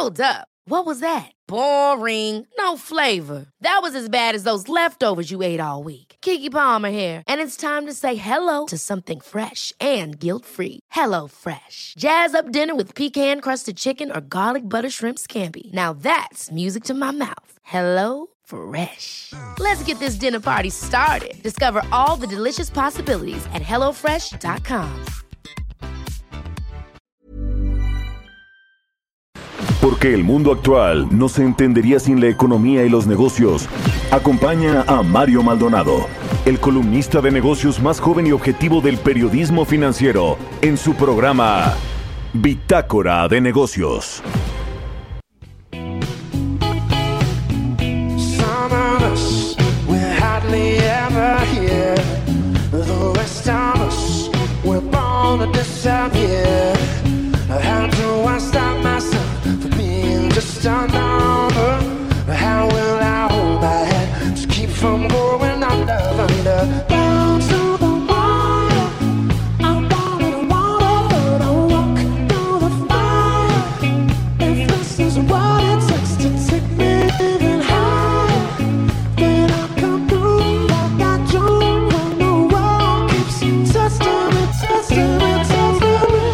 Hold up. What was that? Boring. No flavor. That was as bad as those leftovers you ate all week. Keke Palmer here, and it's time to say hello to something fresh and guilt-free. Hello Fresh. Jazz up dinner with pecan-crusted chicken or garlic butter shrimp scampi. Now that's music to my mouth. Hello Fresh. Let's get this dinner party started. Discover all the delicious possibilities at hellofresh.com. Porque el mundo actual no se entendería sin la economía y los negocios. Acompaña a Mario Maldonado, el columnista de negocios más joven y objetivo del periodismo financiero, en su programa Bitácora de Negocios. Down, how will I hold my head to keep from going under, down to the water? I wanna but I'll walk through the fire. If this is what it takes to take me even higher, then I'll come through like I do when the world keeps testing me, testing me, testing me.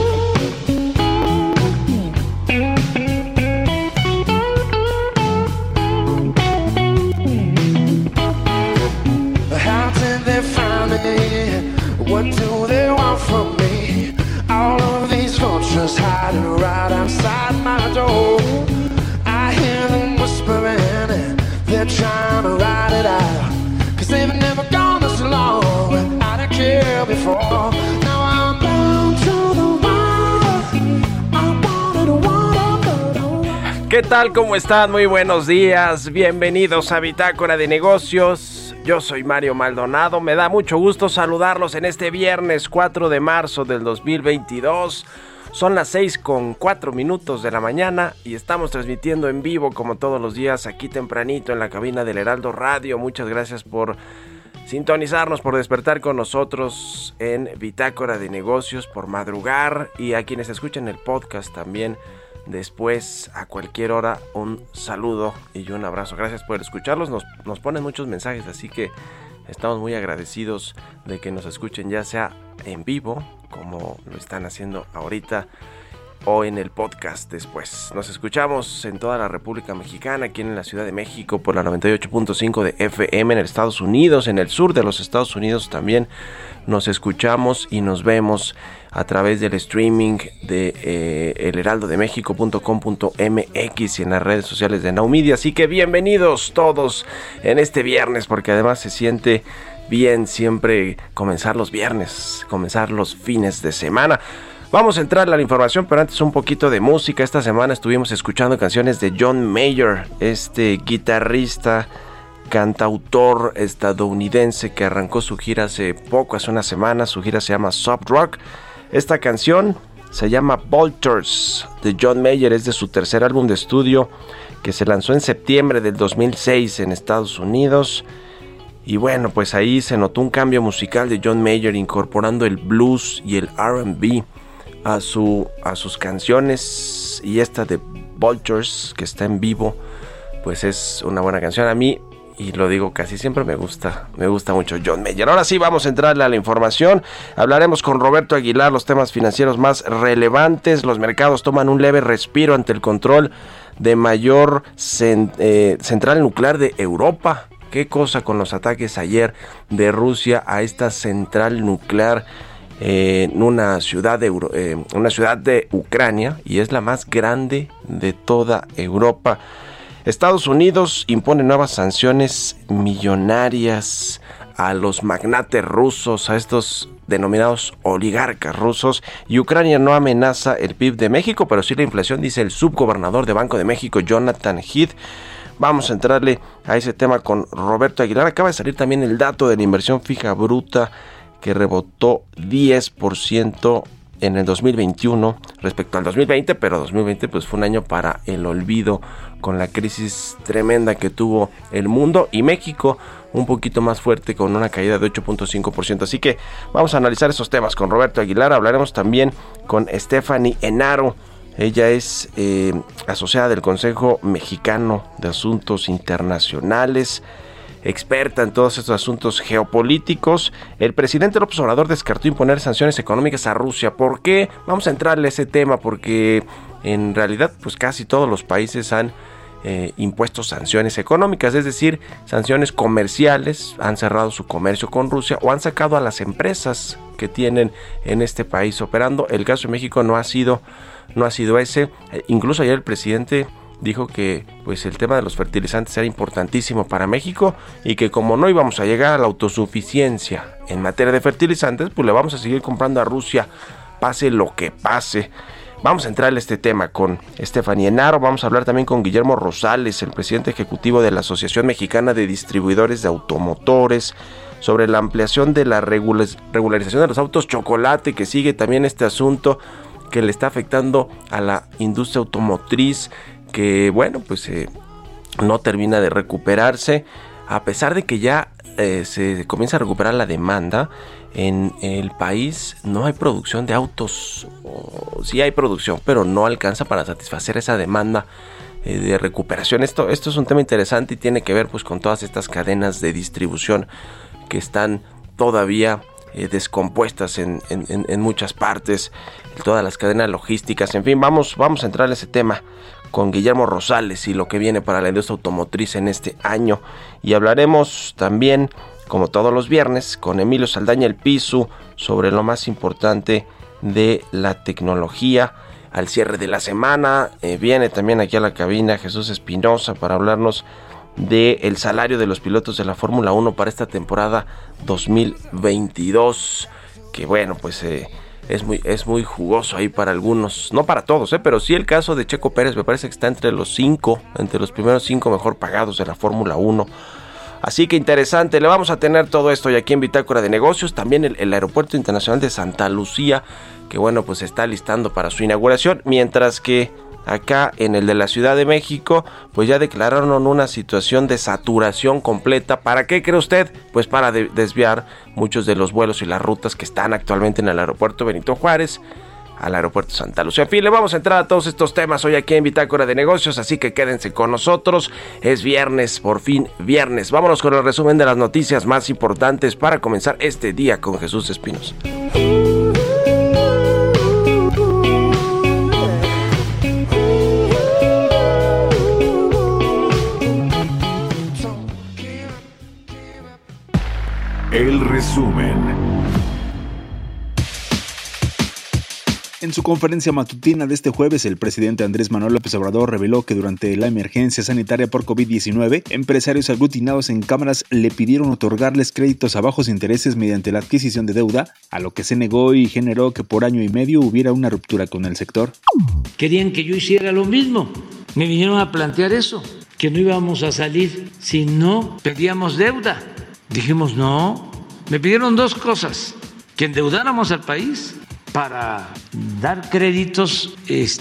What do they want from me? All of these vultures hiding right outside my door. I hear them whispering and they're trying to ride it out, 'cause they've never gone this long without a care before. Now I'm down to the wire. I wanted water. ¿Qué tal? ¿Cómo están? Muy buenos días. Bienvenidos a Bitácora de Negocios. Yo soy Mario Maldonado, me da mucho gusto saludarlos en este viernes 4 de marzo del 2022. Son las 6:04 de la mañana y estamos transmitiendo en vivo como todos los días aquí tempranito en la cabina del Heraldo Radio. Muchas gracias por sintonizarnos, por despertar con nosotros en Bitácora de Negocios, por madrugar, y a quienes escuchan el podcast también. Después, a cualquier hora, un saludo y un abrazo. Gracias por escucharlos. Nos ponen muchos mensajes, así que estamos muy agradecidos de que nos escuchen, ya sea en vivo, como lo están haciendo ahorita, o en el podcast después. Nos escuchamos en toda la República Mexicana, aquí en la Ciudad de México por la 98.5 de FM, en Estados Unidos, en el sur de los Estados Unidos también nos escuchamos y nos vemos a través del streaming de elheraldodemexico.com.mx y en las redes sociales de Now Media. Así que bienvenidos todos en este viernes, porque además se siente bien siempre comenzar los viernes, comenzar los fines de semana. Vamos a entrar a la información, pero antes un poquito de música. Esta semana estuvimos escuchando canciones de John Mayer, este guitarrista, cantautor estadounidense que arrancó su gira hace poco, hace una semana. Su gira se llama Soft Rock. Esta canción se llama Vultures de John Mayer, es de su tercer álbum de estudio que se lanzó en septiembre del 2006 en Estados Unidos. Y bueno, pues ahí se notó un cambio musical de John Mayer, incorporando el blues y el R&B a sus canciones. Y esta de Vultures, que está en vivo, pues es una buena canción. A mí, y lo digo casi siempre, me gusta mucho John Mayer. Ahora sí, vamos a entrarle a la información. Hablaremos con Roberto Aguilar los temas financieros más relevantes. Los mercados toman un leve respiro ante el control de mayor central nuclear de Europa. Qué cosa con los ataques ayer de Rusia a esta central nuclear en una ciudad de Ucrania, y es la más grande de toda Europa. Estados Unidos impone nuevas sanciones millonarias a los magnates rusos, a estos denominados oligarcas rusos, y Ucrania no amenaza el PIB de México, pero sí la inflación, dice el subgobernador de Banco de México, Jonathan Heath. Vamos a entrarle a ese tema con Roberto Aguilar. Acaba de salir también el dato de la inversión fija bruta, que rebotó 10% en el 2021 respecto al 2020, pero 2020 pues fue un año para el olvido con la crisis tremenda que tuvo el mundo, y México un poquito más fuerte con una caída de 8.5%. Así que vamos a analizar esos temas con Roberto Aguilar. Hablaremos también con Stephanie Enaro, Ella es asociada del Consejo Mexicano de Asuntos Internacionales, experta en todos estos asuntos geopolíticos. El presidente López Obrador descartó imponer sanciones económicas a Rusia. ¿Por qué? Vamos a entrarle a ese tema porque en realidad pues casi todos los países han impuesto sanciones económicas, es decir, sanciones comerciales, han cerrado su comercio con Rusia o han sacado a las empresas que tienen en este país operando. El caso de México no ha sido ese. Incluso ayer el presidente dijo que pues el tema de los fertilizantes era importantísimo para México y que como no íbamos a llegar a la autosuficiencia en materia de fertilizantes, pues le vamos a seguir comprando a Rusia, pase lo que pase. Vamos a entrar en este tema con Estefanía Enaro, vamos a hablar también con Guillermo Rosales, el presidente ejecutivo de la Asociación Mexicana de Distribuidores de Automotores, sobre la ampliación de la regularización de los autos chocolate, que sigue también este asunto que le está afectando a la industria automotriz, que bueno, pues no termina de recuperarse, a pesar de que ya se comienza a recuperar la demanda. En el país no hay producción de autos, sí hay producción, pero no alcanza para satisfacer esa demanda de recuperación. Esto es un tema interesante y tiene que ver pues con todas estas cadenas de distribución que están todavía descompuestas en muchas partes, todas las cadenas logísticas. En fin, vamos a entrar en ese tema con Guillermo Rosales y lo que viene para la industria automotriz en este año. Y hablaremos también, como todos los viernes, con Emilio Saldaña El Pisu sobre lo más importante de la tecnología al cierre de la semana. Viene también aquí a la cabina Jesús Espinosa para hablarnos del salario de los pilotos de la Fórmula 1 para esta temporada 2022, que bueno, pues es muy jugoso ahí para algunos, no para todos, pero sí el caso de Checo Pérez me parece que está entre los primeros 5 mejor pagados de la Fórmula 1. Así que interesante, le vamos a tener todo esto y aquí en Bitácora de Negocios, también el Aeropuerto Internacional de Santa Lucía, que bueno, pues se está listando para su inauguración, mientras que acá en el de la Ciudad de México, pues ya declararon una situación de saturación completa. ¿Para qué cree usted? Pues para desviar muchos de los vuelos y las rutas que están actualmente en el aeropuerto Benito Juárez al aeropuerto Santa Lucía. En fin, le vamos a entrar a todos estos temas hoy aquí en Bitácora de Negocios, así que quédense con nosotros. Es viernes, por fin viernes. Vámonos con el resumen de las noticias más importantes para comenzar este día con Jesús Espinosa. El resumen. En su conferencia matutina de este jueves, el presidente Andrés Manuel López Obrador reveló que durante la emergencia sanitaria por COVID-19, empresarios aglutinados en cámaras le pidieron otorgarles créditos a bajos intereses mediante la adquisición de deuda, a lo que se negó y generó que por año y medio hubiera una ruptura con el sector. Querían que yo hiciera lo mismo. Me vinieron a plantear eso, que no íbamos a salir si no pedíamos deuda. Dijimos no. Me pidieron dos cosas: que endeudáramos al país para dar créditos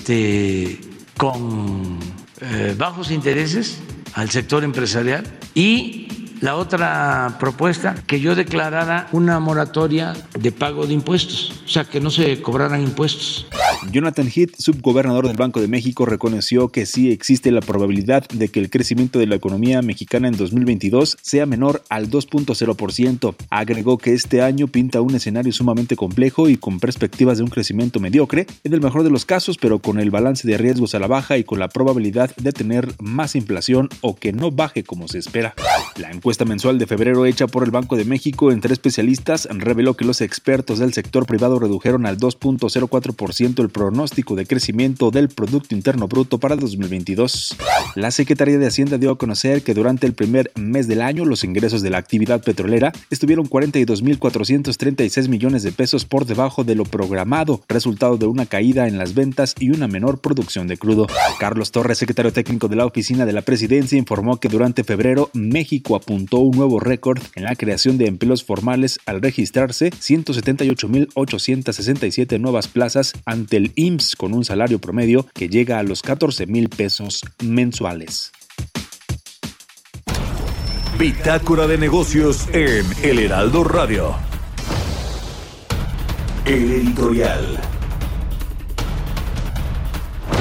con bajos intereses al sector empresarial, y la otra propuesta, que yo declarara una moratoria de pago de impuestos, o sea, que no se cobraran impuestos. Jonathan Heath, subgobernador del Banco de México, reconoció que sí existe la probabilidad de que el crecimiento de la economía mexicana en 2022 sea menor al 2.0%. Agregó que este año pinta un escenario sumamente complejo y con perspectivas de un crecimiento mediocre, en el mejor de los casos, pero con el balance de riesgos a la baja y con la probabilidad de tener más inflación o que no baje como se espera. La encuesta mensual de febrero hecha por el Banco de México entre especialistas reveló que los expertos del sector privado redujeron al 2.04% el pronóstico de crecimiento del Producto Interno Bruto para 2022. La Secretaría de Hacienda dio a conocer que durante el primer mes del año los ingresos de la actividad petrolera estuvieron 42.436 millones de pesos por debajo de lo programado, resultado de una caída en las ventas y una menor producción de crudo. Carlos Torres, secretario técnico de la Oficina de la Presidencia, informó que durante febrero México apuntó un nuevo récord en la creación de empleos formales al registrarse 178.867 nuevas plazas ante el IMSS, con un salario promedio que llega a los 14,000 pesos mensuales. Bitácora de Negocios en El Heraldo Radio. El editorial.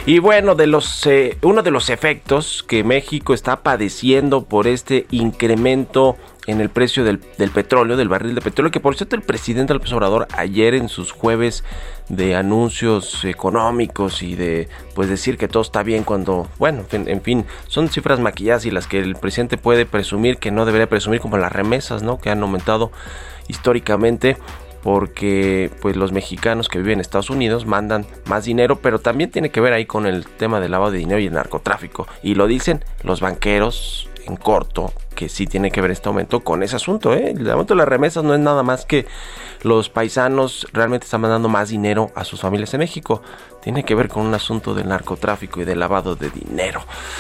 Y bueno, uno de los efectos que México está padeciendo por este incremento en el precio del petróleo, del barril de petróleo, que por cierto el presidente López Obrador ayer en sus jueves de anuncios económicos y de pues decir que todo está bien cuando, bueno, en fin, son cifras maquilladas y las que el presidente puede presumir que no debería presumir, como las remesas, ¿no?, que han aumentado históricamente, porque pues los mexicanos que viven en Estados Unidos mandan más dinero, pero también tiene que ver ahí con el tema del lavado de dinero y el narcotráfico, y lo dicen los banqueros en corto, que sí tiene que ver este aumento con ese asunto, El aumento de las remesas no es nada más que los paisanos realmente están mandando más dinero a sus familias en México. Tiene que ver con un asunto del narcotráfico y del lavado de dinero.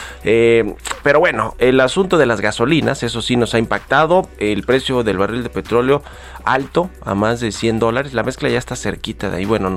Pero bueno, el asunto de las gasolinas, eso sí nos ha impactado. El precio del barril de petróleo alto a más de $100. La mezcla ya está cerquita de ahí, bueno,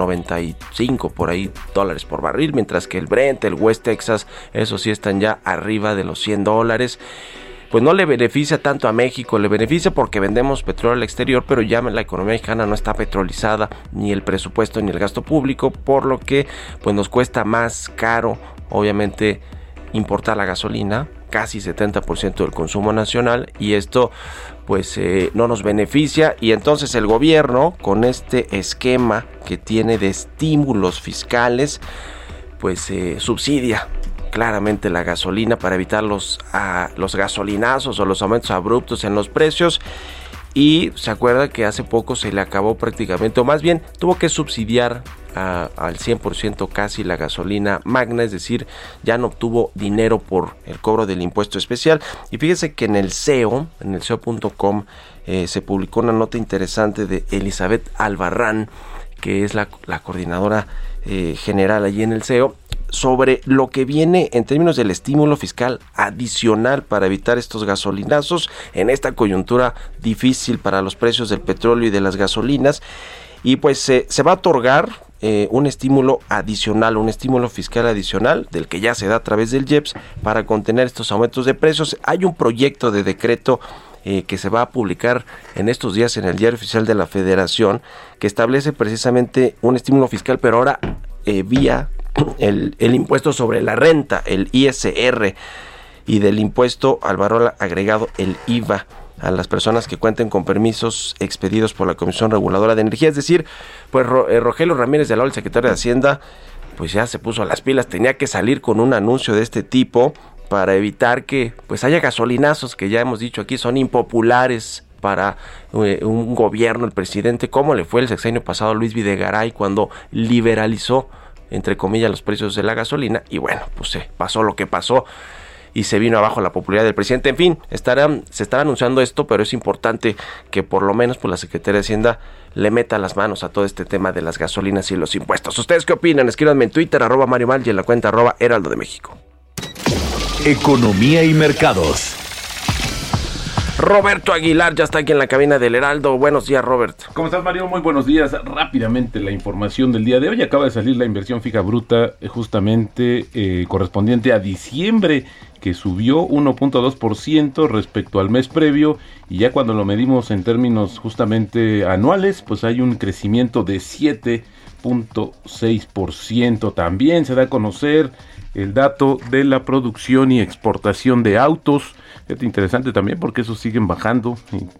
95 por ahí dólares por barril, mientras que el Brent, el West Texas, eso sí están ya arriba de los $100. Pues no le beneficia tanto a México, le beneficia porque vendemos petróleo al exterior, pero ya la economía mexicana no está petrolizada, ni el presupuesto ni el gasto público, por lo que pues nos cuesta más caro, obviamente, importar la gasolina, casi 70% del consumo nacional, y esto pues no nos beneficia, y entonces el gobierno, con este esquema que tiene de estímulos fiscales, pues subsidia claramente la gasolina para evitar los gasolinazos o los aumentos abruptos en los precios. Y se acuerda que hace poco se le acabó prácticamente, o más bien tuvo que subsidiar al 100% casi la gasolina magna, es decir, ya no obtuvo dinero por el cobro del impuesto especial. Y fíjese que en el CEO.com se publicó una nota interesante de Elizabeth Albarrán, que es la coordinadora general allí en el CEO, sobre lo que viene en términos del estímulo fiscal adicional para evitar estos gasolinazos en esta coyuntura difícil para los precios del petróleo y de las gasolinas. Y pues se va a otorgar un estímulo adicional, un estímulo fiscal adicional del que ya se da a través del IEPS para contener estos aumentos de precios. Hay un proyecto de decreto que se va a publicar en estos días en el Diario Oficial de la Federación, que establece precisamente un estímulo fiscal, pero ahora vía el impuesto sobre la renta, el ISR, y del impuesto al valor agregado, el IVA, a las personas que cuenten con permisos expedidos por la Comisión Reguladora de Energía. Es decir, pues Rogelio Ramírez de la O, el secretario de Hacienda, pues ya se puso a las pilas, tenía que salir con un anuncio de este tipo para evitar que pues haya gasolinazos, que ya hemos dicho aquí son impopulares para un gobierno, el presidente, como le fue el sexenio pasado a Luis Videgaray cuando liberalizó, entre comillas, los precios de la gasolina. Y bueno, pues pasó lo que pasó y se vino abajo la popularidad del presidente. En fin, se estará anunciando esto, pero es importante que por lo menos pues la Secretaría de Hacienda le meta las manos a todo este tema de las gasolinas y los impuestos. ¿Ustedes qué opinan? Escríbanme en Twitter, @Mario Mal, y en la cuenta @Heraldo de México. Economía y mercados. Roberto Aguilar ya está aquí en la cabina del Heraldo. Buenos días, Robert. ¿Cómo estás, Mario? Muy buenos días. Rápidamente la información del día de hoy. Acaba de salir la inversión fija bruta justamente correspondiente a diciembre, que subió 1.2% respecto al mes previo, y ya cuando lo medimos en términos justamente anuales, pues hay un crecimiento de 7.6%. También se da a conocer el dato de la producción y exportación de autos. Es interesante también porque esos siguen bajando.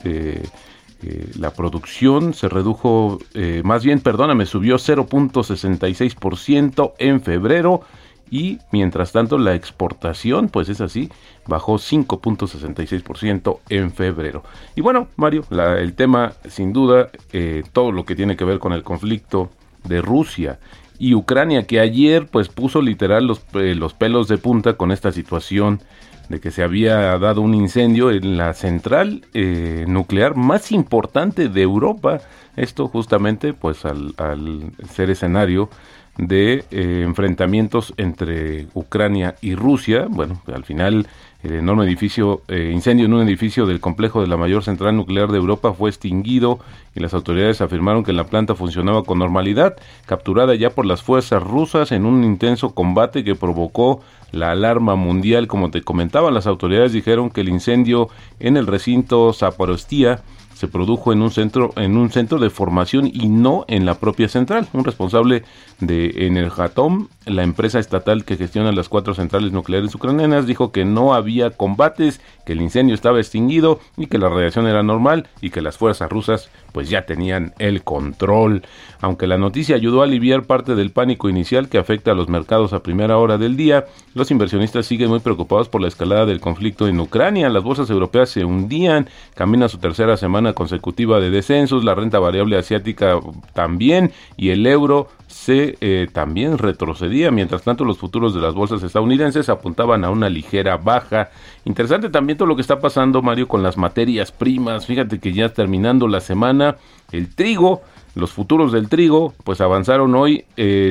La producción se redujo, subió 0.66% en febrero, y mientras tanto la exportación, pues es así, bajó 5.66% en febrero. Y bueno, Mario, el tema sin duda, todo lo que tiene que ver con el conflicto de Rusia y Ucrania, que ayer pues puso literal los pelos de punta con esta situación de que se había dado un incendio en la central nuclear más importante de Europa. Esto justamente pues al ser escenario de enfrentamientos entre Ucrania y Rusia. Bueno, al final el enorme incendio en un edificio del complejo de la mayor central nuclear de Europa fue extinguido, y las autoridades afirmaron que la planta funcionaba con normalidad, capturada ya por las fuerzas rusas en un intenso combate que provocó la alarma mundial. Como te comentaba, las autoridades dijeron que el incendio en el recinto Zaporozhia se produjo en un centro de formación y no en la propia central. Un responsable de Energatom, la empresa estatal que gestiona las 4 centrales nucleares ucranianas, dijo que no había combates, que el incendio estaba extinguido y que la radiación era normal y que las fuerzas rusas pues ya tenían el control. Aunque la noticia ayudó a aliviar parte del pánico inicial que afecta a los mercados a primera hora del día, los inversionistas siguen muy preocupados por la escalada del conflicto en Ucrania. Las bolsas europeas se hundían, camina su tercera semana consecutiva de descensos, la renta variable asiática también, y el euro también retrocedía. Mientras tanto, los futuros de las bolsas estadounidenses apuntaban a una ligera baja. Interesante también todo lo que está pasando, Mario, con las materias primas. Fíjate que ya terminando la semana, el trigo, los futuros del trigo, pues avanzaron hoy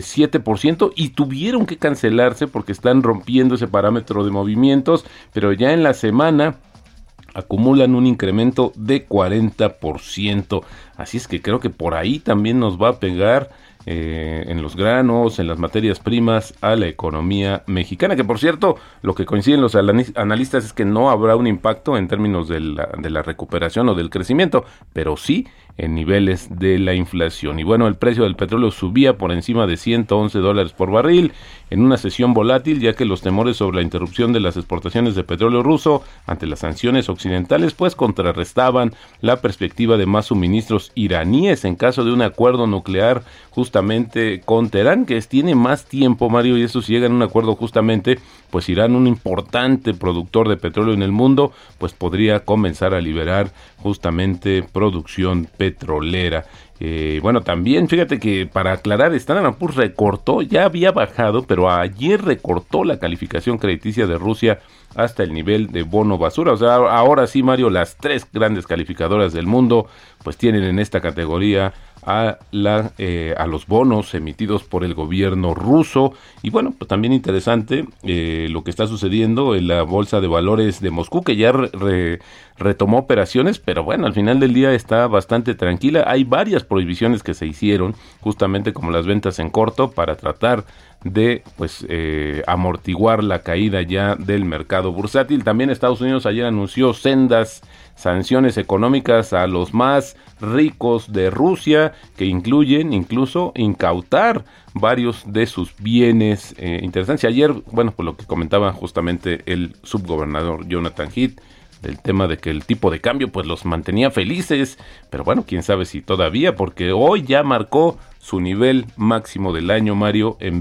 7% y tuvieron que cancelarse porque están rompiendo ese parámetro de movimientos, pero ya en la semana acumulan un incremento de 40%. Así es que creo que por ahí también nos va a pegar en los granos, en las materias primas, a la economía mexicana, que por cierto, lo que coinciden los analistas es que no habrá un impacto en términos de la recuperación o del crecimiento, pero sí en niveles de la inflación. Y bueno, el precio del petróleo subía por encima de $111 por barril en una sesión volátil, ya que los temores sobre la interrupción de las exportaciones de petróleo ruso ante las sanciones occidentales pues contrarrestaban la perspectiva de más suministros iraníes en caso de un acuerdo nuclear justamente con Teherán, que tiene más tiempo, Mario, y eso si llegan a un acuerdo justamente, pues Irán, un importante productor de petróleo en el mundo, pues podría comenzar a liberar justamente producción petrolera. Bueno, también fíjate que para aclarar, Standard & Poor's recortó, ya había bajado, pero ayer recortó la calificación crediticia de Rusia hasta el nivel de bono basura. O sea, ahora sí, Mario, las 3 grandes calificadoras del mundo pues tienen en esta categoría a los bonos emitidos por el gobierno ruso. Y bueno, pues también interesante lo que está sucediendo en la bolsa de valores de Moscú, que ya retomó operaciones, pero bueno, al final del día está bastante tranquila. Hay varias prohibiciones que se hicieron, justamente como las ventas en corto, para tratar de amortiguar la caída ya del mercado bursátil. También Estados Unidos ayer anunció sendas sanciones económicas a los más ricos de Rusia, que incluyen incluso incautar varios de sus bienes. Interesante. Ayer, bueno, pues lo que comentaba justamente el subgobernador Jonathan Heath, del tema de que el tipo de cambio pues los mantenía felices, pero bueno, quién sabe si todavía, porque hoy ya marcó su nivel máximo del año, Mario, en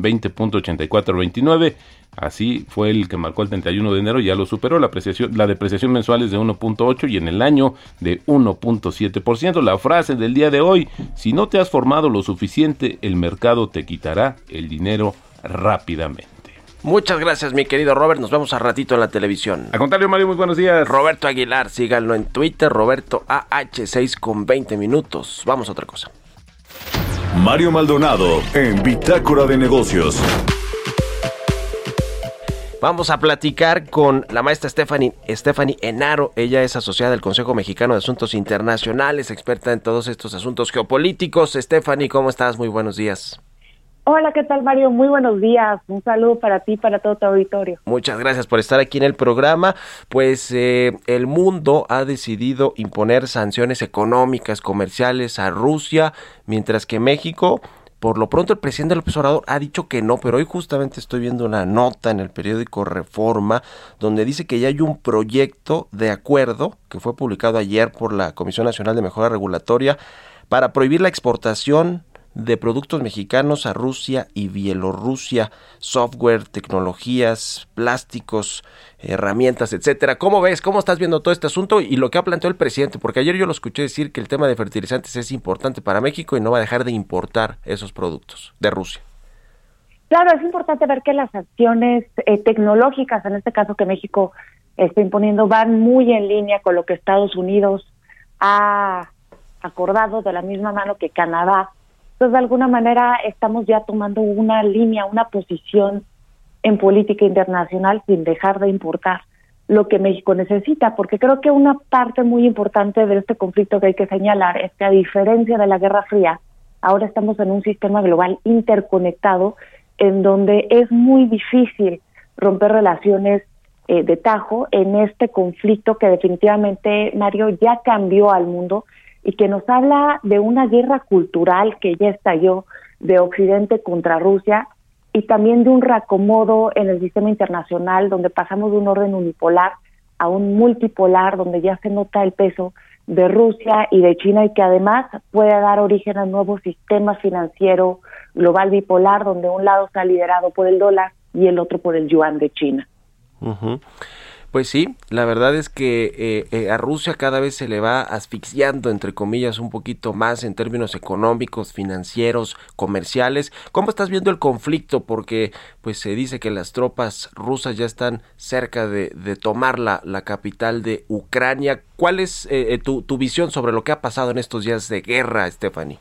20.8429. Así fue el que marcó el 31 de enero, ya lo superó. La depreciación mensual es de 1.8 y en el año de 1.7%. La frase del día de hoy: si no te has formado lo suficiente, el mercado te quitará el dinero rápidamente. Muchas gracias, mi querido Robert. Nos vemos a ratito en la televisión. Al contrario, Mario, muy buenos días. Roberto Aguilar, síganlo en Twitter, Roberto AH, 6:20. Vamos a otra cosa. Mario Maldonado en Bitácora de Negocios. Vamos a platicar con la maestra Stephanie Enaro. Ella es asociada del Consejo Mexicano de Asuntos Internacionales, experta en todos estos asuntos geopolíticos. Stephanie, ¿cómo estás? Muy buenos días. Hola, ¿qué tal, Mario? Muy buenos días. Un saludo para ti y para todo tu auditorio. Muchas gracias por estar aquí en el programa. Pues el mundo ha decidido imponer sanciones económicas, comerciales a Rusia, mientras que México, por lo pronto, el presidente López Obrador ha dicho que no, pero hoy justamente estoy viendo una nota en el periódico Reforma donde dice que ya hay un proyecto de acuerdo que fue publicado ayer por la Comisión Nacional de Mejora Regulatoria para prohibir la exportación de productos mexicanos a Rusia y Bielorrusia, software, tecnologías, plásticos, herramientas, etcétera. ¿Cómo ves? ¿Cómo estás viendo todo este asunto y lo que ha planteado el presidente? Porque ayer yo lo escuché decir que el tema de fertilizantes es importante para México y no va a dejar de importar esos productos de Rusia. Claro, es importante ver que las acciones tecnológicas, en este caso que México está imponiendo, van muy en línea con lo que Estados Unidos ha acordado, de la misma mano que Canadá. Entonces, de alguna manera, estamos ya tomando una línea, una posición en política internacional sin dejar de importar lo que México necesita, porque creo que una parte muy importante de este conflicto que hay que señalar es que, a diferencia de la Guerra Fría, ahora estamos en un sistema global interconectado en donde es muy difícil romper relaciones de tajo en este conflicto que definitivamente, Mario, ya cambió al mundo y que nos habla de una guerra cultural que ya estalló de Occidente contra Rusia y también de un reacomodo en el sistema internacional donde pasamos de un orden unipolar a un multipolar, donde ya se nota el peso de Rusia y de China y que además puede dar origen a un nuevo sistema financiero global bipolar, donde un lado está liderado por el dólar y el otro por el yuan de China. Uh-huh. Pues sí, la verdad es que a Rusia cada vez se le va asfixiando, entre comillas, un poquito más en términos económicos, financieros, comerciales. ¿Cómo estás viendo el conflicto? Porque pues se dice que las tropas rusas ya están cerca de tomar la capital de Ucrania. ¿Cuál es tu visión sobre lo que ha pasado en estos días de guerra, Stephanie?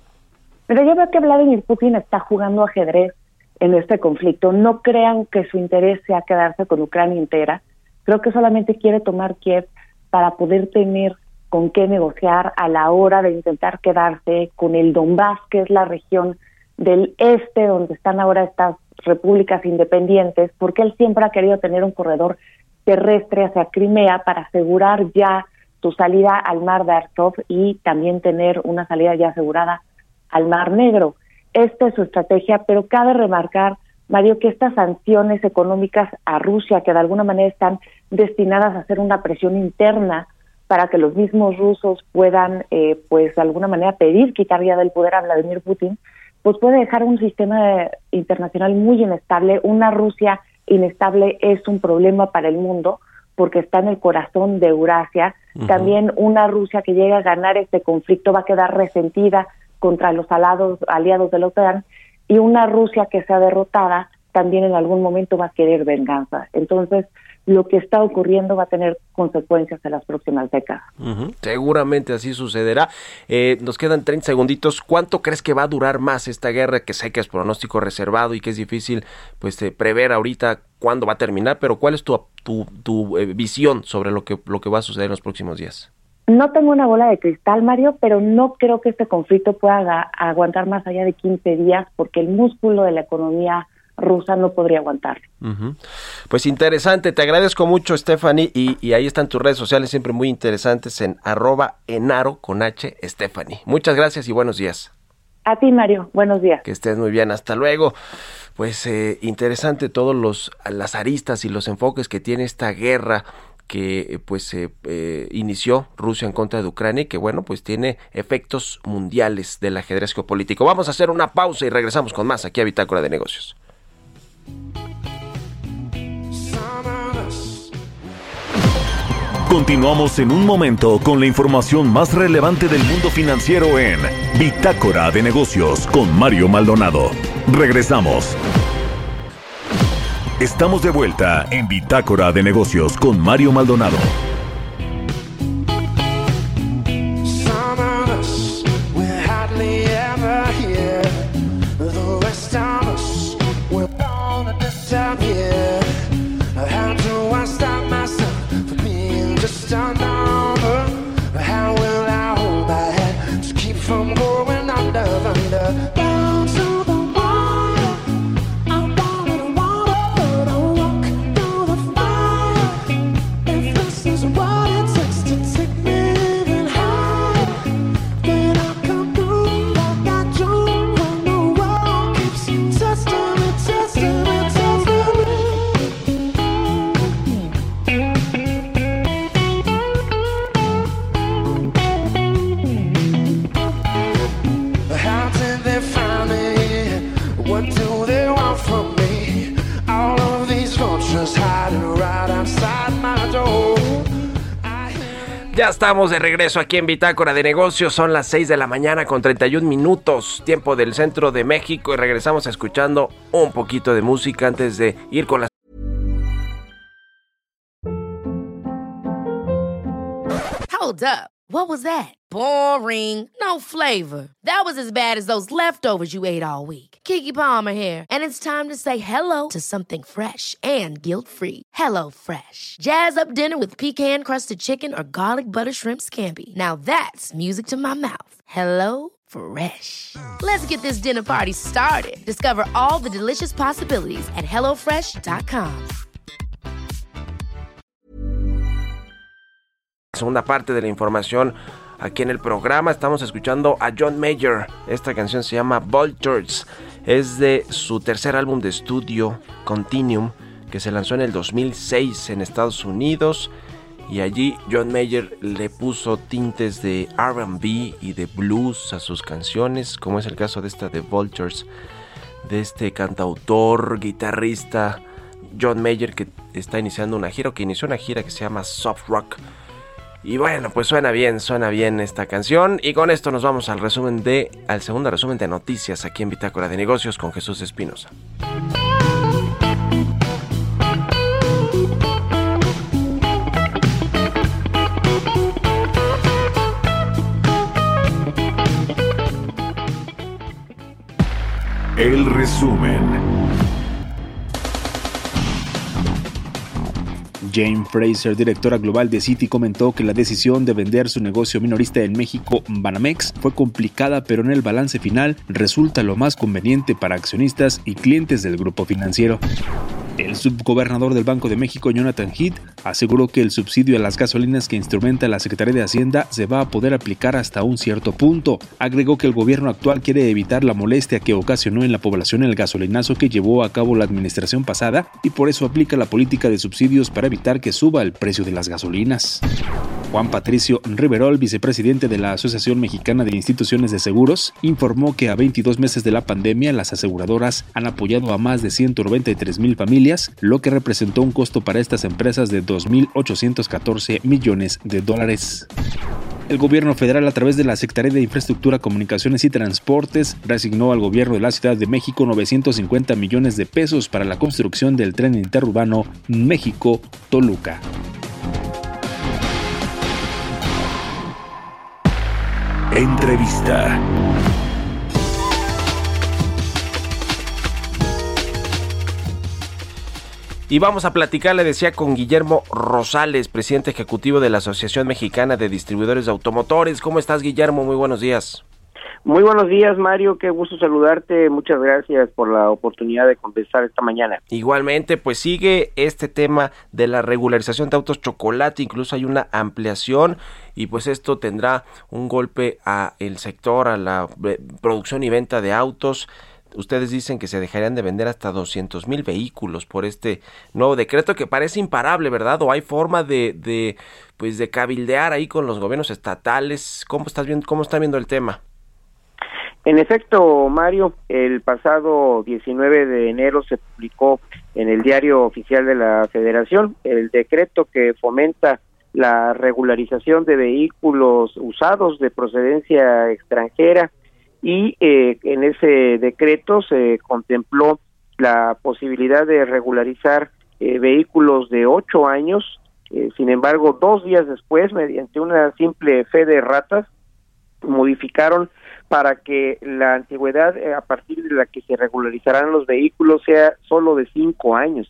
Pero yo veo que Vladimir Putin está jugando ajedrez en este conflicto. No crean que su interés sea quedarse con Ucrania entera. Creo que solamente quiere tomar Kiev para poder tener con qué negociar a la hora de intentar quedarse con el Donbass, que es la región del este donde están ahora estas repúblicas independientes, porque él siempre ha querido tener un corredor terrestre hacia Crimea para asegurar ya su salida al mar de Azov y también tener una salida ya asegurada al Mar Negro. Esta es su estrategia, pero cabe remarcar, Mario, que estas sanciones económicas a Rusia, que de alguna manera están destinadas a hacer una presión interna para que los mismos rusos puedan, pues de alguna manera pedir quitar ya del poder a Vladimir Putin, pues puede dejar un sistema internacional muy inestable. Una Rusia inestable es un problema para el mundo porque está en el corazón de Eurasia. Uh-huh. También una Rusia que llegue a ganar este conflicto va a quedar resentida contra los aliados de la OTAN, y una Rusia que sea derrotada también en algún momento va a querer venganza. Entonces, lo que está ocurriendo va a tener consecuencias en las próximas décadas. Uh-huh. Seguramente así sucederá. Nos quedan 30 segunditos. ¿Cuánto crees que va a durar más esta guerra? Que sé que es pronóstico reservado y que es difícil pues prever ahorita cuándo va a terminar, pero ¿cuál es tu visión sobre lo que va a suceder en los próximos días? No tengo una bola de cristal, Mario, pero no creo que este conflicto pueda aguantar más allá de 15 días porque el músculo de la economía rusa no podría aguantar. Uh-huh. Pues interesante, te agradezco mucho, Stephanie, y ahí están tus redes sociales siempre muy interesantes en @enaro con H, Stephanie. Muchas gracias y buenos días. A ti, Mario, buenos días. Que estés muy bien, hasta luego. Pues interesante todos las aristas y los enfoques que tiene esta guerra que pues inició Rusia en contra de Ucrania y que bueno pues tiene efectos mundiales del ajedrez geopolítico. Vamos a hacer una pausa y regresamos con más aquí a Bitácora de Negocios. Continuamos en un momento con la información más relevante del mundo financiero en Bitácora de Negocios con Mario Maldonado. Regresamos. Estamos de vuelta en Bitácora de Negocios con Mario Maldonado. Ya estamos de regreso aquí en Bitácora de Negocios, son las 6 de la mañana con 31 minutos, tiempo del centro de México, y regresamos escuchando un poquito de música antes de ir con las... Hold up. What was that? Boring. No flavor. That was as bad as those leftovers you ate all week. Keke Palmer here, and it's time to say hello to something fresh and guilt-free. Hello Fresh. Jazz up dinner with pecan-crusted chicken or garlic butter shrimp scampi. Now that's music to my mouth. Hello Fresh. Let's get this dinner party started. Discover all the delicious possibilities at HelloFresh.com. Segunda parte de la información aquí en el programa. Estamos escuchando a John Mayer. Esta canción se llama Vultures. Es de su tercer álbum de estudio, Continuum, que se lanzó en el 2006 en Estados Unidos. Y allí John Mayer le puso tintes de R&B y de blues a sus canciones, como es el caso de esta de Vultures, de este cantautor, guitarrista John Mayer, que está iniciando una gira, o que inició una gira que se llama Soft Rock. Y bueno, pues suena bien esta canción. Y con esto nos vamos al segundo resumen de noticias aquí en Bitácora de Negocios con Jesús Espinosa. El resumen. Jane Fraser, directora global de Citi, comentó que la decisión de vender su negocio minorista en México, Banamex, fue complicada, pero en el balance final resulta lo más conveniente para accionistas y clientes del grupo financiero. El subgobernador del Banco de México, Jonathan Heath, aseguró que el subsidio a las gasolinas que instrumenta la Secretaría de Hacienda se va a poder aplicar hasta un cierto punto. Agregó que el gobierno actual quiere evitar la molestia que ocasionó en la población el gasolinazo que llevó a cabo la administración pasada y por eso aplica la política de subsidios para evitar que suba el precio de las gasolinas. Juan Patricio Riverol, vicepresidente de la Asociación Mexicana de Instituciones de Seguros, informó que a 22 meses de la pandemia las aseguradoras han apoyado a más de 193,000 familias, lo que representó un costo para estas empresas de $2,814 millones. El gobierno federal, a través de la Secretaría de Infraestructura, Comunicaciones y Transportes, reasignó al gobierno de la Ciudad de México 950 millones de pesos para la construcción del tren interurbano México-Toluca. Entrevista. Y vamos a platicar, le decía, con Guillermo Rosales, presidente ejecutivo de la Asociación Mexicana de Distribuidores de Automotores. ¿Cómo estás, Guillermo? Muy buenos días. Muy buenos días, Mario, qué gusto saludarte, muchas gracias por la oportunidad de conversar esta mañana. Igualmente, pues sigue este tema de la regularización de autos chocolate, incluso hay una ampliación y pues esto tendrá un golpe a el sector, a la producción y venta de autos. Ustedes dicen que se dejarían de vender hasta 200,000 vehículos por este nuevo decreto que parece imparable, ¿verdad? ¿O hay forma de cabildear ahí con los gobiernos estatales? ¿Cómo están viendo el tema? En efecto, Mario, el pasado 19 de enero se publicó en el Diario Oficial de la Federación el decreto que fomenta la regularización de vehículos usados de procedencia extranjera y en ese decreto se contempló la posibilidad de regularizar vehículos de 8 años. Sin embargo, 2 días después, mediante una simple fe de ratas, modificaron para que la antigüedad a partir de la que se regularizarán los vehículos sea solo de 5 años.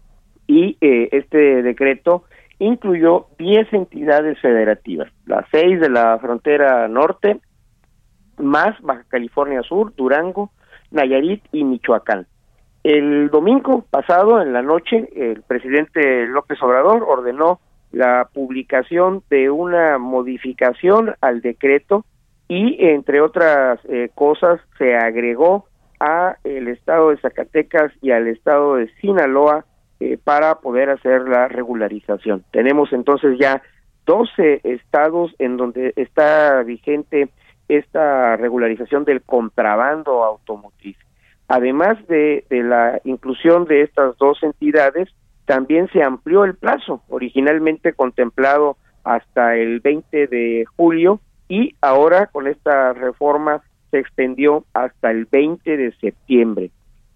Y este decreto incluyó 10 entidades federativas, las 6 de la frontera norte, más Baja California Sur, Durango, Nayarit y Michoacán. El domingo pasado, en la noche, el presidente López Obrador ordenó la publicación de una modificación al decreto y, entre otras cosas, se agregó a el estado de Zacatecas y al estado de Sinaloa para poder hacer la regularización. Tenemos entonces ya 12 estados en donde está vigente esta regularización del contrabando automotriz. Además de la inclusión de estas 2 entidades, también se amplió el plazo, originalmente contemplado hasta el 20 de julio, y ahora con esta reforma se extendió hasta el 20 de septiembre.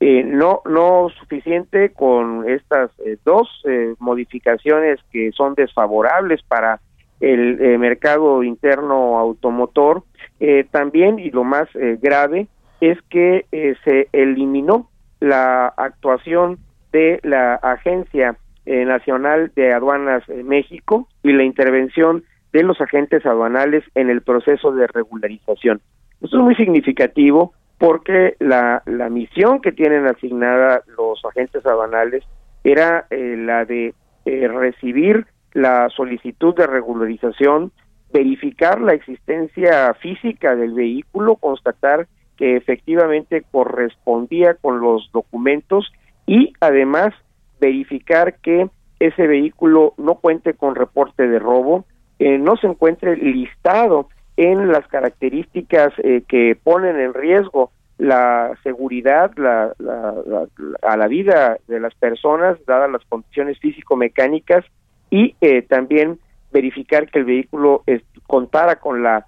No suficiente con estas 2 modificaciones que son desfavorables para el mercado interno automotor, también, y lo más grave, es que se eliminó la actuación de la Agencia Nacional de Aduanas México y la intervención de los agentes aduanales en el proceso de regularización. Esto es muy significativo porque la misión que tienen asignada los agentes aduanales era la de recibir la solicitud de regularización, verificar la existencia física del vehículo, constatar que efectivamente correspondía con los documentos y además verificar que ese vehículo no cuente con reporte de robo, no se encuentre listado en las características que ponen en riesgo la seguridad, a la vida de las personas, dadas las condiciones físico-mecánicas, y también verificar que el vehículo contara con la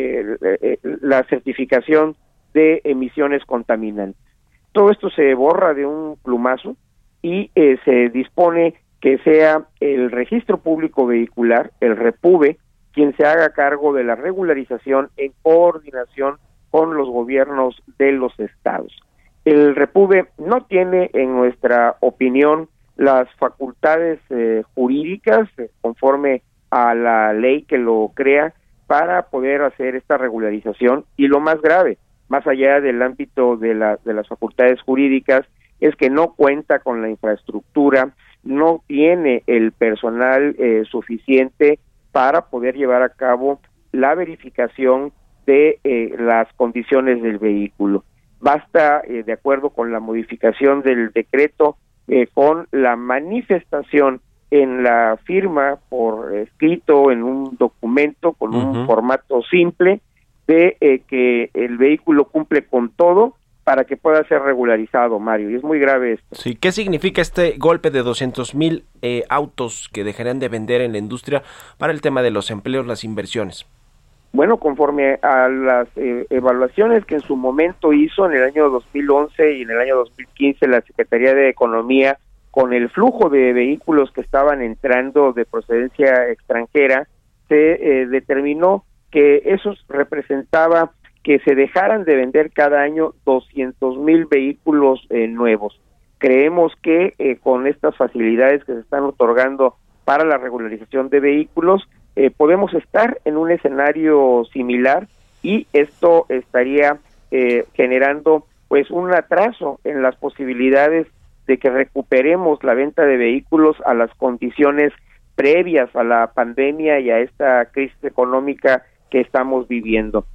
certificación de emisiones contaminantes. Todo esto se borra de un plumazo y se dispone que sea el Registro Público Vehicular, el REPUVE, quien se haga cargo de la regularización en coordinación con los gobiernos de los estados. El REPUVE no tiene, en nuestra opinión, las facultades jurídicas conforme a la ley que lo crea para poder hacer esta regularización, y lo más grave, más allá del ámbito de las facultades jurídicas, es que no cuenta con la infraestructura, no tiene el personal suficiente para poder llevar a cabo la verificación de las condiciones del vehículo. Basta, de acuerdo con la modificación del decreto, con la manifestación en la firma por escrito en un documento con un formato simple de que el vehículo cumple con todo para que pueda ser regularizado, Mario, y es muy grave esto. Sí, ¿qué significa este golpe de 200,000 autos que dejarán de vender en la industria para el tema de los empleos, las inversiones? Bueno, conforme a las evaluaciones que en su momento hizo en el año 2011 y en el año 2015 la Secretaría de Economía, con el flujo de vehículos que estaban entrando de procedencia extranjera, se determinó que eso representaba que se dejaran de vender cada año 200,000 vehículos nuevos. Creemos que con estas facilidades que se están otorgando para la regularización de vehículos, podemos estar en un escenario similar, y esto estaría generando pues un atraso en las posibilidades de que recuperemos la venta de vehículos a las condiciones previas a la pandemia y a esta crisis económica que estamos viviendo.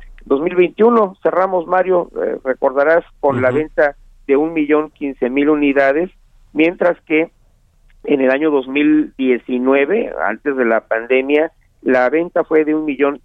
2021 cerramos, Mario, recordarás, con la venta de 1,015,000 unidades, mientras que en el año 2019, antes de la pandemia, la venta fue de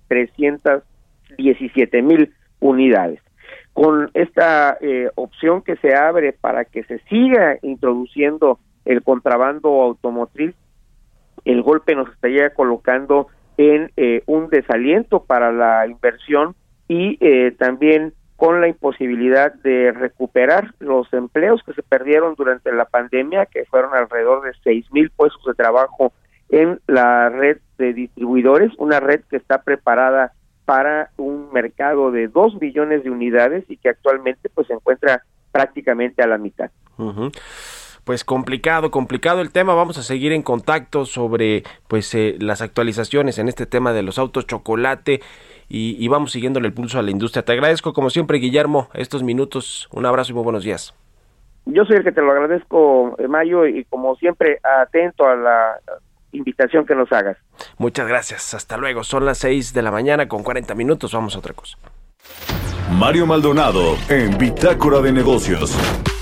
1,317,000 unidades. Con esta opción que se abre para que se siga introduciendo el contrabando automotriz, el golpe nos estaría colocando en un desaliento para la inversión y también con la imposibilidad de recuperar los empleos que se perdieron durante la pandemia, que fueron alrededor de 6,000 puestos de trabajo en la red de distribuidores, una red que está preparada para un mercado de 2 millones de unidades y que actualmente pues se encuentra prácticamente a la mitad. Pues complicado el tema. Vamos a seguir en contacto sobre pues las actualizaciones en este tema de los autos chocolate y vamos siguiéndole el pulso a la industria. Te agradezco como siempre, Guillermo, estos minutos. Un abrazo y muy buenos días. Yo soy el que te lo agradezco, Mayo, y como siempre atento a la invitación que nos hagas. Muchas gracias. Hasta luego. Son las 6 de la mañana con 40 minutos. Vamos a otra cosa. Mario Maldonado en Bitácora de Negocios.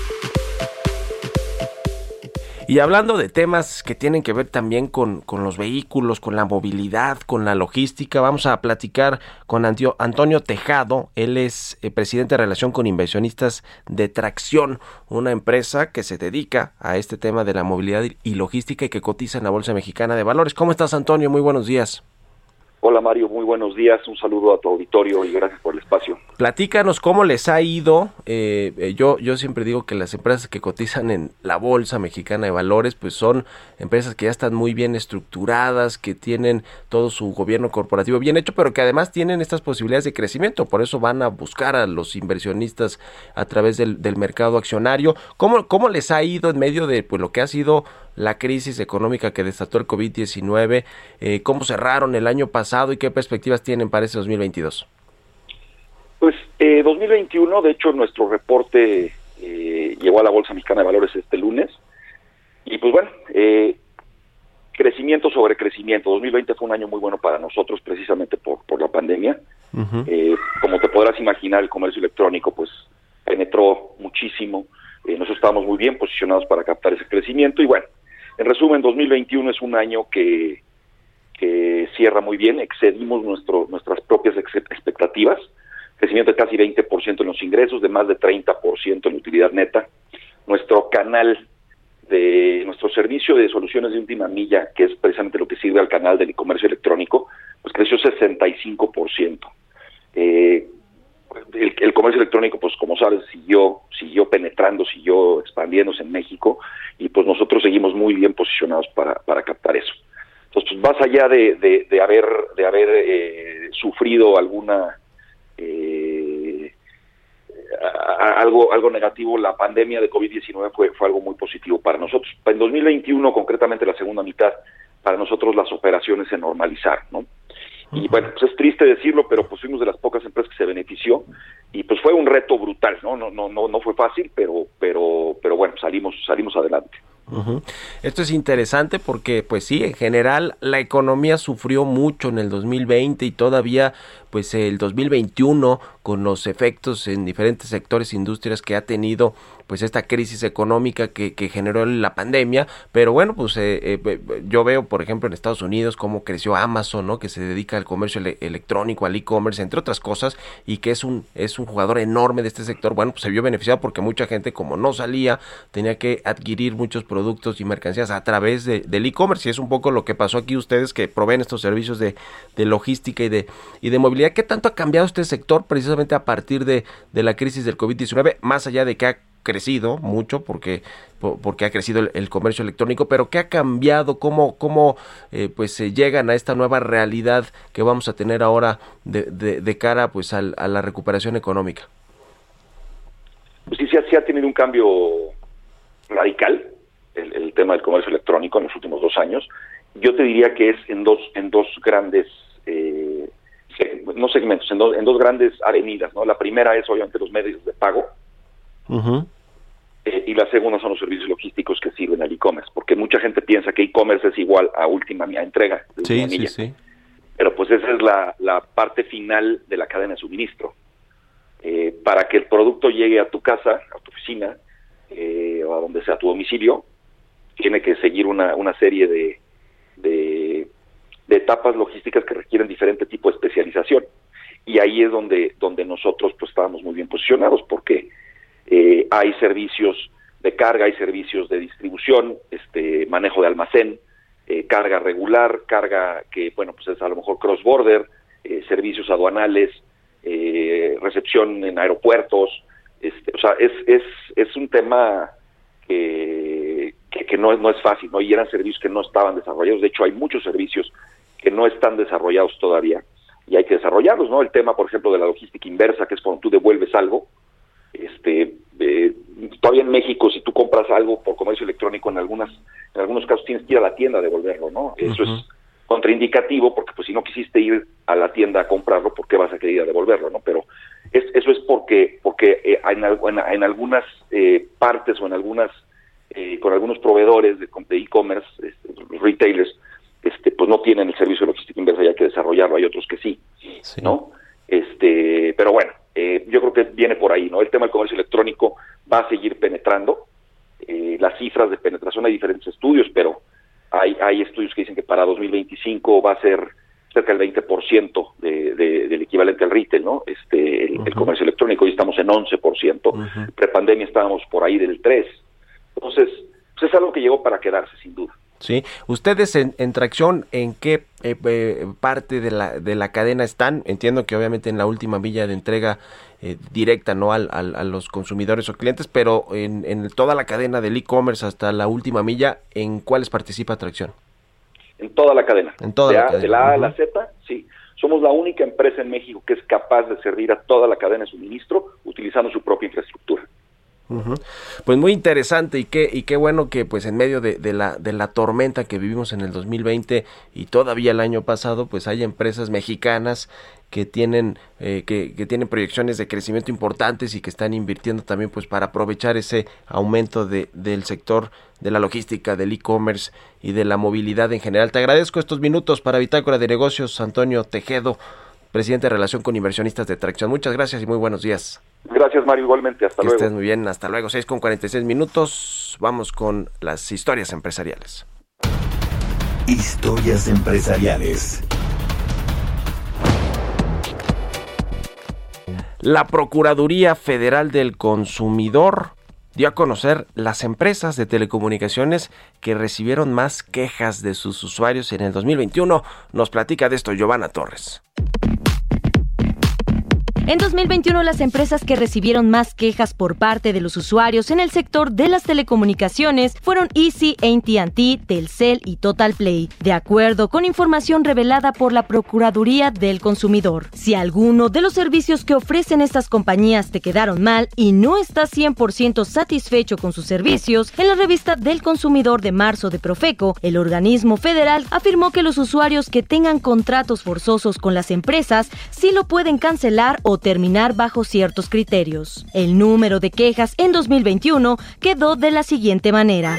Y hablando de temas que tienen que ver también con los vehículos, con la movilidad, con la logística, vamos a platicar con Antonio Tejado. Él es presidente de Relación con Inversionistas de Tracción, una empresa que se dedica a este tema de la movilidad y logística y que cotiza en la Bolsa Mexicana de Valores. ¿Cómo estás, Antonio? Muy buenos días. Hola, Mario, muy buenos días, un saludo a tu auditorio y gracias por el espacio. Platícanos cómo les ha ido. Yo siempre digo que las empresas que cotizan en la Bolsa Mexicana de Valores pues son empresas que ya están muy bien estructuradas, que tienen todo su gobierno corporativo bien hecho, pero que además tienen estas posibilidades de crecimiento, por eso van a buscar a los inversionistas a través del mercado accionario. ¿Cómo les ha ido en medio de pues lo que ha sido la crisis económica que desató el COVID-19? ¿Cómo cerraron el año pasado y qué perspectivas tienen para ese 2022? Pues 2021, de hecho, nuestro reporte llegó a la Bolsa Mexicana de Valores este lunes. Y pues bueno, crecimiento sobre crecimiento. 2020 fue un año muy bueno para nosotros, precisamente por la pandemia. Como te podrás imaginar, el comercio electrónico pues penetró muchísimo. Nosotros estábamos muy bien posicionados para captar ese crecimiento y bueno, en resumen, 2021 es un año que cierra muy bien, excedimos nuestras propias expectativas, crecimiento de casi 20% en los ingresos, de más de 30% en utilidad neta. Nuestro servicio de soluciones de última milla, que es precisamente lo que sirve al canal del e-comercio electrónico, pues creció 65%. El comercio electrónico, pues como sabes, siguió penetrando, siguió expandiéndose en México y pues nosotros seguimos muy bien posicionados para captar eso. Entonces, pues, más allá de haber sufrido alguna algo negativo, la pandemia de COVID-19 fue algo muy positivo para nosotros. En 2021, concretamente la segunda mitad, para nosotros las operaciones se normalizaron, ¿no? Y bueno, pues es triste decirlo, pero pues fuimos de las pocas empresas que se benefició y pues fue un reto brutal, no fue fácil, pero bueno, salimos adelante. Esto es interesante porque pues sí, en general la economía sufrió mucho en el 2020 y todavía pues el 2021 con los efectos en diferentes sectores, industrias que ha tenido pues esta crisis económica que generó la pandemia, pero bueno, pues yo veo por ejemplo en Estados Unidos cómo creció Amazon, ¿no? Que se dedica al comercio electrónico, al e-commerce, entre otras cosas, y que es un jugador enorme de este sector. Bueno, pues se vio beneficiado porque mucha gente, como no salía, tenía que adquirir muchos productos y mercancías a través del e-commerce, y es un poco lo que pasó aquí ustedes que proveen estos servicios de logística y de movilidad. ¿Qué tanto ha cambiado este sector precisamente a partir de la crisis del COVID-19, más allá de que ha crecido mucho porque ha crecido el comercio electrónico, pero qué ha cambiado, cómo pues se llegan a esta nueva realidad que vamos a tener ahora de cara pues a la recuperación económica? Pues sí ha tenido un cambio radical el tema del comercio electrónico en los últimos 2 años. Yo te diría que es en dos grandes no segmentos, en dos grandes avenidas, ¿no? La primera es obviamente los medios de pago. Y la segunda son los servicios logísticos que sirven al e-commerce, porque mucha gente piensa que e-commerce es igual a entrega de última milla. Sí. Pero pues esa es la parte final de la cadena de suministro. Para que el producto llegue a tu casa, a tu oficina, o a donde sea tu domicilio, tiene que seguir una serie de etapas logísticas que requieren diferente tipo de especialización. Y ahí es donde nosotros pues estábamos muy bien posicionados, porque hay servicios de carga, hay servicios de distribución, manejo de almacén, carga regular, carga que, bueno, pues es a lo mejor cross-border, servicios aduanales, recepción en aeropuertos, o sea, es un tema que no es fácil, ¿no? Y eran servicios que no estaban desarrollados. De hecho, hay muchos servicios que no están desarrollados todavía y hay que desarrollarlos, ¿no? El tema, por ejemplo, de la logística inversa, que es cuando tú devuelves algo. Todavía en México, si tú compras algo por comercio electrónico, en algunos casos tienes que ir a la tienda a devolverlo, ¿no? Eso es contraindicativo, porque pues si no quisiste ir a la tienda a comprarlo, ¿por qué vas a querer ir a devolverlo, no? Pero eso es porque en algunas partes o con algunos proveedores de e-commerce, retailers, pues no tienen el servicio de logística inversa y hay que desarrollarlo. Hay otros que sí. ¿No? Pero bueno, yo creo que viene por ahí, ¿no? El tema del comercio electrónico va a seguir penetrando. Las cifras de penetración, hay diferentes estudios, pero hay estudios que dicen que para 2025 va a ser cerca del 20% del equivalente al retail, ¿no? El comercio electrónico, hoy estamos en 11%. Prepandemia estábamos por ahí del 3%. Entonces, pues es algo que llegó para quedarse, sin duda. Sí, ustedes en Tracción, ¿en qué parte de la cadena están? Entiendo que obviamente en la última milla de entrega directa, ¿no? A los consumidores o clientes, pero en toda la cadena del e-commerce hasta la última milla, ¿en cuáles participa Tracción? En toda la cadena. En toda la cadena. De la A a la Z, sí. Somos la única empresa en México que es capaz de servir a toda la cadena de suministro utilizando su propia infraestructura. Pues muy interesante y qué bueno que pues en medio de la tormenta que vivimos en el 2020 y todavía el año pasado, pues hay empresas mexicanas que tienen tienen proyecciones de crecimiento importantes y que están invirtiendo también pues para aprovechar ese aumento del sector de la logística, del e-commerce y de la movilidad en general. Te agradezco estos minutos para Bitácora de Negocios, Antonio Tejedo, presidente de Relación con Inversionistas de Tracción. Muchas gracias y muy buenos días. Gracias, Mario, igualmente. Hasta luego. Que estés muy bien, hasta luego. 6:46. Vamos con las historias empresariales. Historias empresariales. La Procuraduría Federal del Consumidor dio a conocer las empresas de telecomunicaciones que recibieron más quejas de sus usuarios en el 2021. Nos platica de esto Giovanna Torres. En 2021, las empresas que recibieron más quejas por parte de los usuarios en el sector de las telecomunicaciones fueron Easy, AT&T, Telcel y Total Play, de acuerdo con información revelada por la Procuraduría del Consumidor. Si alguno de los servicios que ofrecen estas compañías te quedaron mal y no estás 100% satisfecho con sus servicios, en la revista del Consumidor de marzo de Profeco, el organismo federal afirmó que los usuarios que tengan contratos forzosos con las empresas sí lo pueden cancelar o terminar bajo ciertos criterios. El número de quejas en 2021 quedó de la siguiente manera.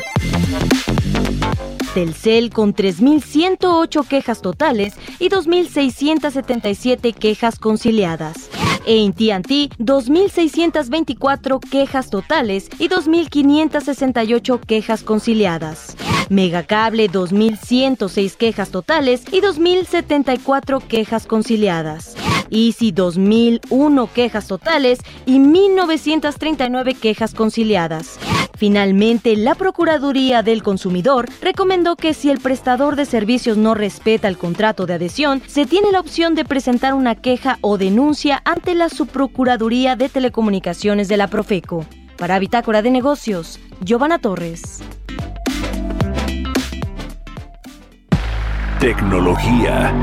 Telcel con 3.108 quejas totales y 2.677 quejas conciliadas. AT&T, 2.624 quejas totales y 2.568 quejas conciliadas. Megacable, 2.106 quejas totales y 2.074 quejas conciliadas. Easy, 2.001 quejas totales y 1.939 quejas conciliadas. Finalmente, la Procuraduría del Consumidor recomendó que si el prestador de servicios no respeta el contrato de adhesión, se tiene la opción de presentar una queja o denuncia ante la Subprocuraduría de Telecomunicaciones de la Profeco. Para Bitácora de Negocios, Giovanna Torres. Tecnología.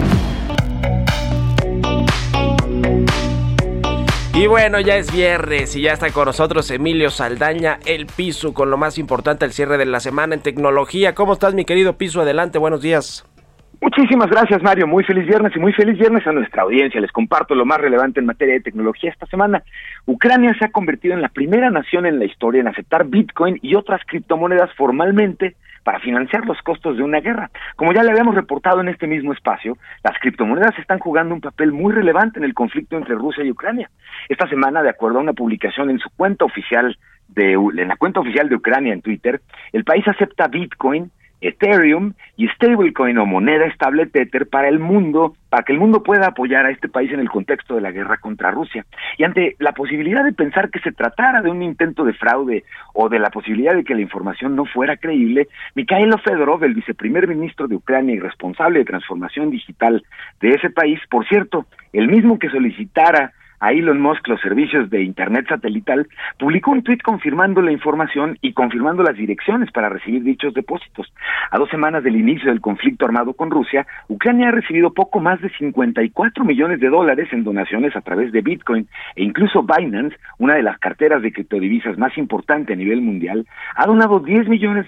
Y bueno, ya es viernes y ya está con nosotros Emilio Saldaña, el Pisu, con lo más importante al cierre de la semana en tecnología. ¿Cómo estás, mi querido Pisu? Adelante, buenos días. Muchísimas gracias, Mario. Muy feliz viernes y muy feliz viernes a nuestra audiencia. Les comparto lo más relevante en materia de tecnología esta semana. Ucrania se ha convertido en la primera nación en la historia en aceptar Bitcoin y otras criptomonedas formalmente para financiar los costos de una guerra. Como ya le habíamos reportado en este mismo espacio, las criptomonedas están jugando un papel muy relevante en el conflicto entre Rusia y Ucrania. Esta semana, de acuerdo a una publicación en su cuenta oficial en la cuenta oficial de Ucrania en Twitter, el país acepta Bitcoin, Ethereum y stablecoin o moneda estable Tether para que el mundo pueda apoyar a este país en el contexto de la guerra contra Rusia. Y ante la posibilidad de pensar que se tratara de un intento de fraude o de la posibilidad de que la información no fuera creíble, Mikhailo Fedorov, el viceprimer ministro de Ucrania y responsable de transformación digital de ese país, por cierto, el mismo que solicitara a Elon Musk los servicios de internet satelital, publicó un tuit confirmando la información y confirmando las direcciones para recibir dichos depósitos. A 2 semanas del inicio del conflicto armado con Rusia, Ucrania ha recibido poco más de $54 millones en donaciones a través de Bitcoin, e incluso Binance, una de las carteras de criptodivisas más importante a nivel mundial, ha donado $10 millones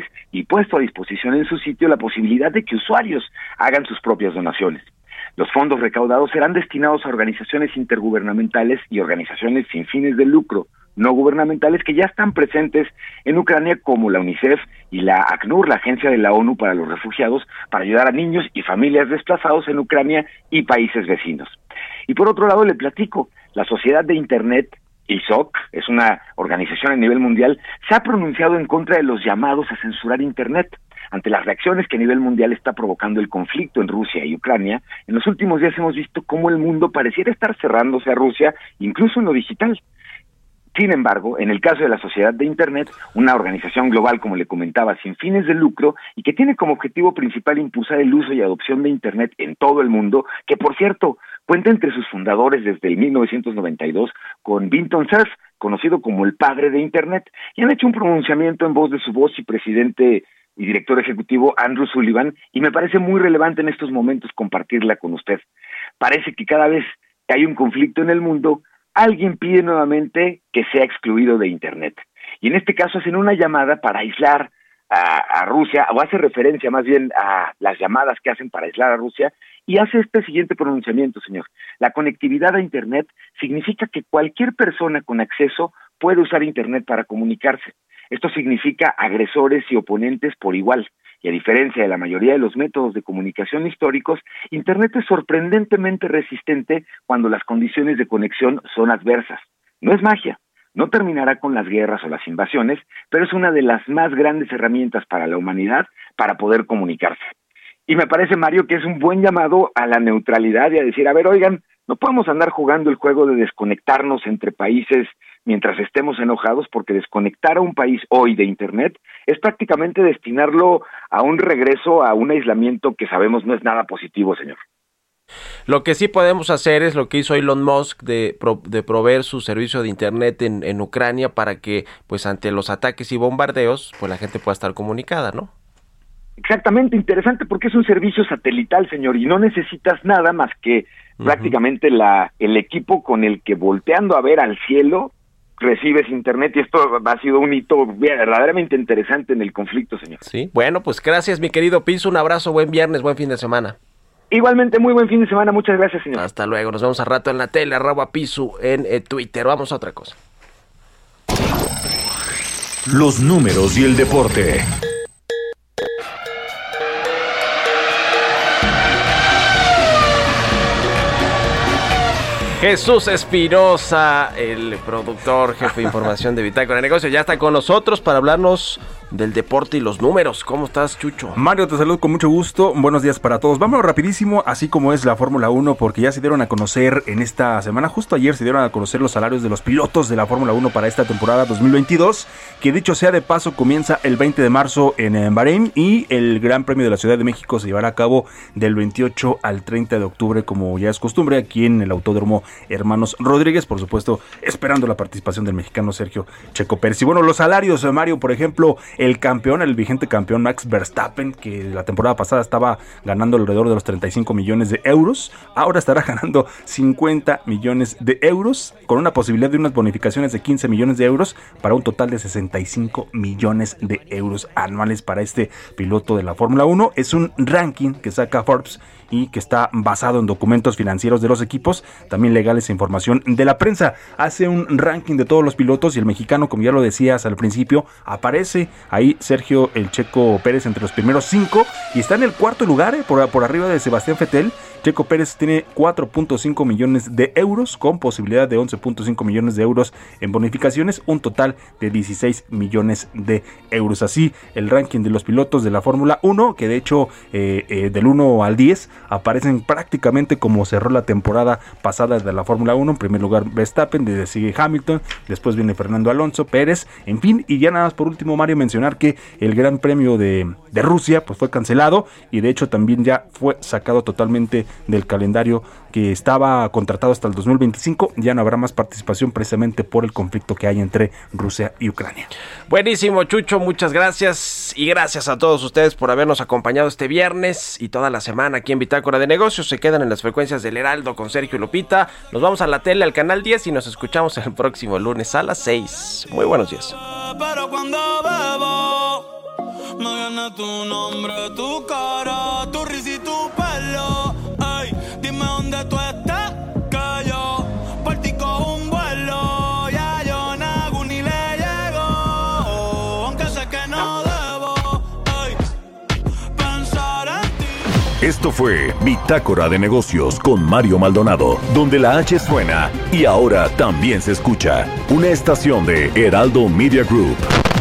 y puesto a disposición en su sitio la posibilidad de que usuarios hagan sus propias donaciones. Los fondos recaudados serán destinados a organizaciones intergubernamentales y organizaciones sin fines de lucro no gubernamentales que ya están presentes en Ucrania, como la UNICEF y la ACNUR, la Agencia de la ONU para los Refugiados, para ayudar a niños y familias desplazados en Ucrania y países vecinos. Y por otro lado le platico, la Sociedad de Internet, ISOC, es una organización a nivel mundial, se ha pronunciado en contra de los llamados a censurar Internet. Ante las reacciones que a nivel mundial está provocando el conflicto en Rusia y Ucrania, en los últimos días hemos visto cómo el mundo pareciera estar cerrándose a Rusia, incluso en lo digital. Sin embargo, en el caso de la Sociedad de Internet, una organización global, como le comentaba, sin fines de lucro y que tiene como objetivo principal impulsar el uso y adopción de Internet en todo el mundo, que por cierto, cuenta entre sus fundadores desde el 1992 con Vinton Cerf, conocido como el padre de Internet, y han hecho un pronunciamiento en voz de su voz y presidente y director ejecutivo Andrew Sullivan, y me parece muy relevante en estos momentos compartirla con usted. Parece que cada vez que hay un conflicto en el mundo, alguien pide nuevamente que sea excluido de Internet. Y en este caso hacen una llamada para aislar a Rusia, o hace referencia más bien a las llamadas que hacen para aislar a Rusia, y hace este siguiente pronunciamiento, señor. La conectividad a Internet significa que cualquier persona con acceso puede usar Internet para comunicarse. Esto significa agresores y oponentes por igual. Y a diferencia de la mayoría de los métodos de comunicación históricos, Internet es sorprendentemente resistente cuando las condiciones de conexión son adversas. No es magia. No terminará con las guerras o las invasiones, pero es una de las más grandes herramientas para la humanidad para poder comunicarse. Y me parece, Mario, que es un buen llamado a la neutralidad y a decir, a ver, oigan, no podemos andar jugando el juego de desconectarnos entre países mientras estemos enojados, porque desconectar a un país hoy de Internet es prácticamente destinarlo a un regreso a un aislamiento que sabemos no es nada positivo, señor. Lo que sí podemos hacer es lo que hizo Elon Musk de proveer su servicio de internet en Ucrania para que, pues, ante los ataques y bombardeos, pues la gente pueda estar comunicada, ¿no? Exactamente, interesante porque es un servicio satelital, señor, y no necesitas nada más que prácticamente el equipo con el que, volteando a ver al cielo, recibes internet, y esto ha sido un hito verdaderamente interesante en el conflicto, señor. Sí, bueno, pues gracias, mi querido Piso, un abrazo, buen viernes, buen fin de semana. Igualmente, muy buen fin de semana, muchas gracias, señor. Hasta luego, nos vemos al rato en la tele, @Pisu en Twitter. Vamos a otra cosa. Los números y el deporte. Jesús Espinosa, el productor, jefe de información de Bitácora de Negocios, ya está con nosotros para hablarnos del deporte y los números. ¿Cómo estás, Chucho? Mario, te saludo con mucho gusto. Buenos días para todos. Vámonos rapidísimo, así como es la Fórmula 1, porque ya se dieron a conocer en esta semana, justo ayer se dieron a conocer los salarios de los pilotos de la Fórmula 1 para esta temporada 2022, que dicho sea de paso comienza el 20 de marzo en Bahrein, y el Gran Premio de la Ciudad de México se llevará a cabo del 28 al 30 de octubre, como ya es costumbre, aquí en el Autódromo Hermanos Rodríguez, por supuesto, esperando la participación del mexicano Sergio Checo Pérez. Y bueno, los salarios, Mario, por ejemplo, el vigente campeón Max Verstappen, que la temporada pasada estaba ganando alrededor de los 35 millones de euros, ahora estará ganando 50 millones de euros, con una posibilidad de unas bonificaciones de 15 millones de euros, para un total de 65 millones de euros anuales para este piloto de la Fórmula 1. Es un ranking que saca Forbes y que está basado en documentos financieros de los equipos, también legales e información de la prensa. Hace un ranking de todos los pilotos y el mexicano, como ya lo decías al principio, aparece ahí Sergio el Checo Pérez entre los primeros 5 y está en el cuarto lugar, por arriba de Sebastián Vettel. Checo Pérez tiene 4.5 millones de euros con posibilidad de 11.5 millones de euros en bonificaciones, un total de 16 millones de euros. Así el ranking de los pilotos de la Fórmula 1, que de hecho del 1 al 10 aparecen prácticamente como cerró la temporada pasada de la Fórmula 1. En primer lugar Verstappen, desde sigue Hamilton, después viene Fernando Alonso, Pérez, en fin. Y ya nada más por último, Mario, mencionar que el Gran Premio de Rusia pues fue cancelado, y de hecho también ya fue sacado totalmente del calendario que estaba contratado hasta el 2025. Ya no habrá más participación precisamente por el conflicto que hay entre Rusia y Ucrania. Buenísimo, Chucho, muchas gracias, y gracias a todos ustedes por habernos acompañado este viernes y toda la semana aquí en Bitácora de Negocios. Se quedan en las frecuencias del Heraldo con Sergio y Lupita. Nos vamos a la tele, al canal 10, y nos escuchamos el próximo lunes a las 6. Muy buenos días. Pero cuando bebo, me viene tu nombre, tu cara, tu risa y tu pelo. Ay, dime dónde tú estás, que yo por ti cojo un vuelo. Ya yo nago ni le llego, aunque sé que no debo. Ay, pensar en ti. Esto fue Bitácora de Negocios con Mario Maldonado, donde la H suena y ahora también se escucha. Una estación de Heraldo Media Group.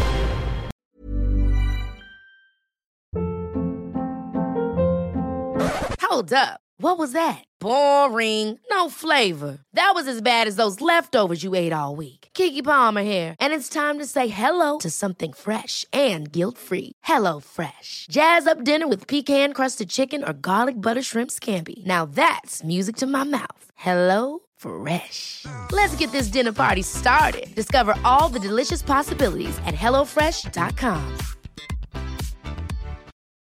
Hold up. What was that? Boring. No flavor. That was as bad as those leftovers you ate all week. Keke Palmer here, and it's time to say hello to something fresh and guilt-free. Hello Fresh. Jazz up dinner with pecan-crusted chicken or garlic butter shrimp scampi. Now that's music to my mouth. Hello Fresh. Let's get this dinner party started. Discover all the delicious possibilities at HelloFresh.com.